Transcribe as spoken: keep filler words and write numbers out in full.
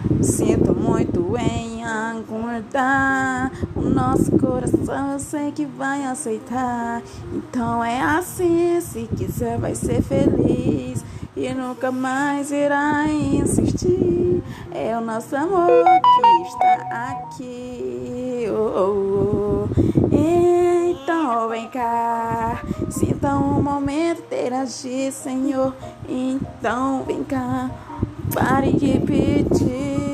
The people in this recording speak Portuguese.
Sinto muito em aguardar. O nosso coração eu sei que vai aceitar. Então é assim, se quiser vai ser feliz e nunca mais irá insistir. É o nosso amor que está aqui. Oh, oh, oh. Então vem cá, sinta um momento interagir, Senhor. Então vem cá, pare de pedir.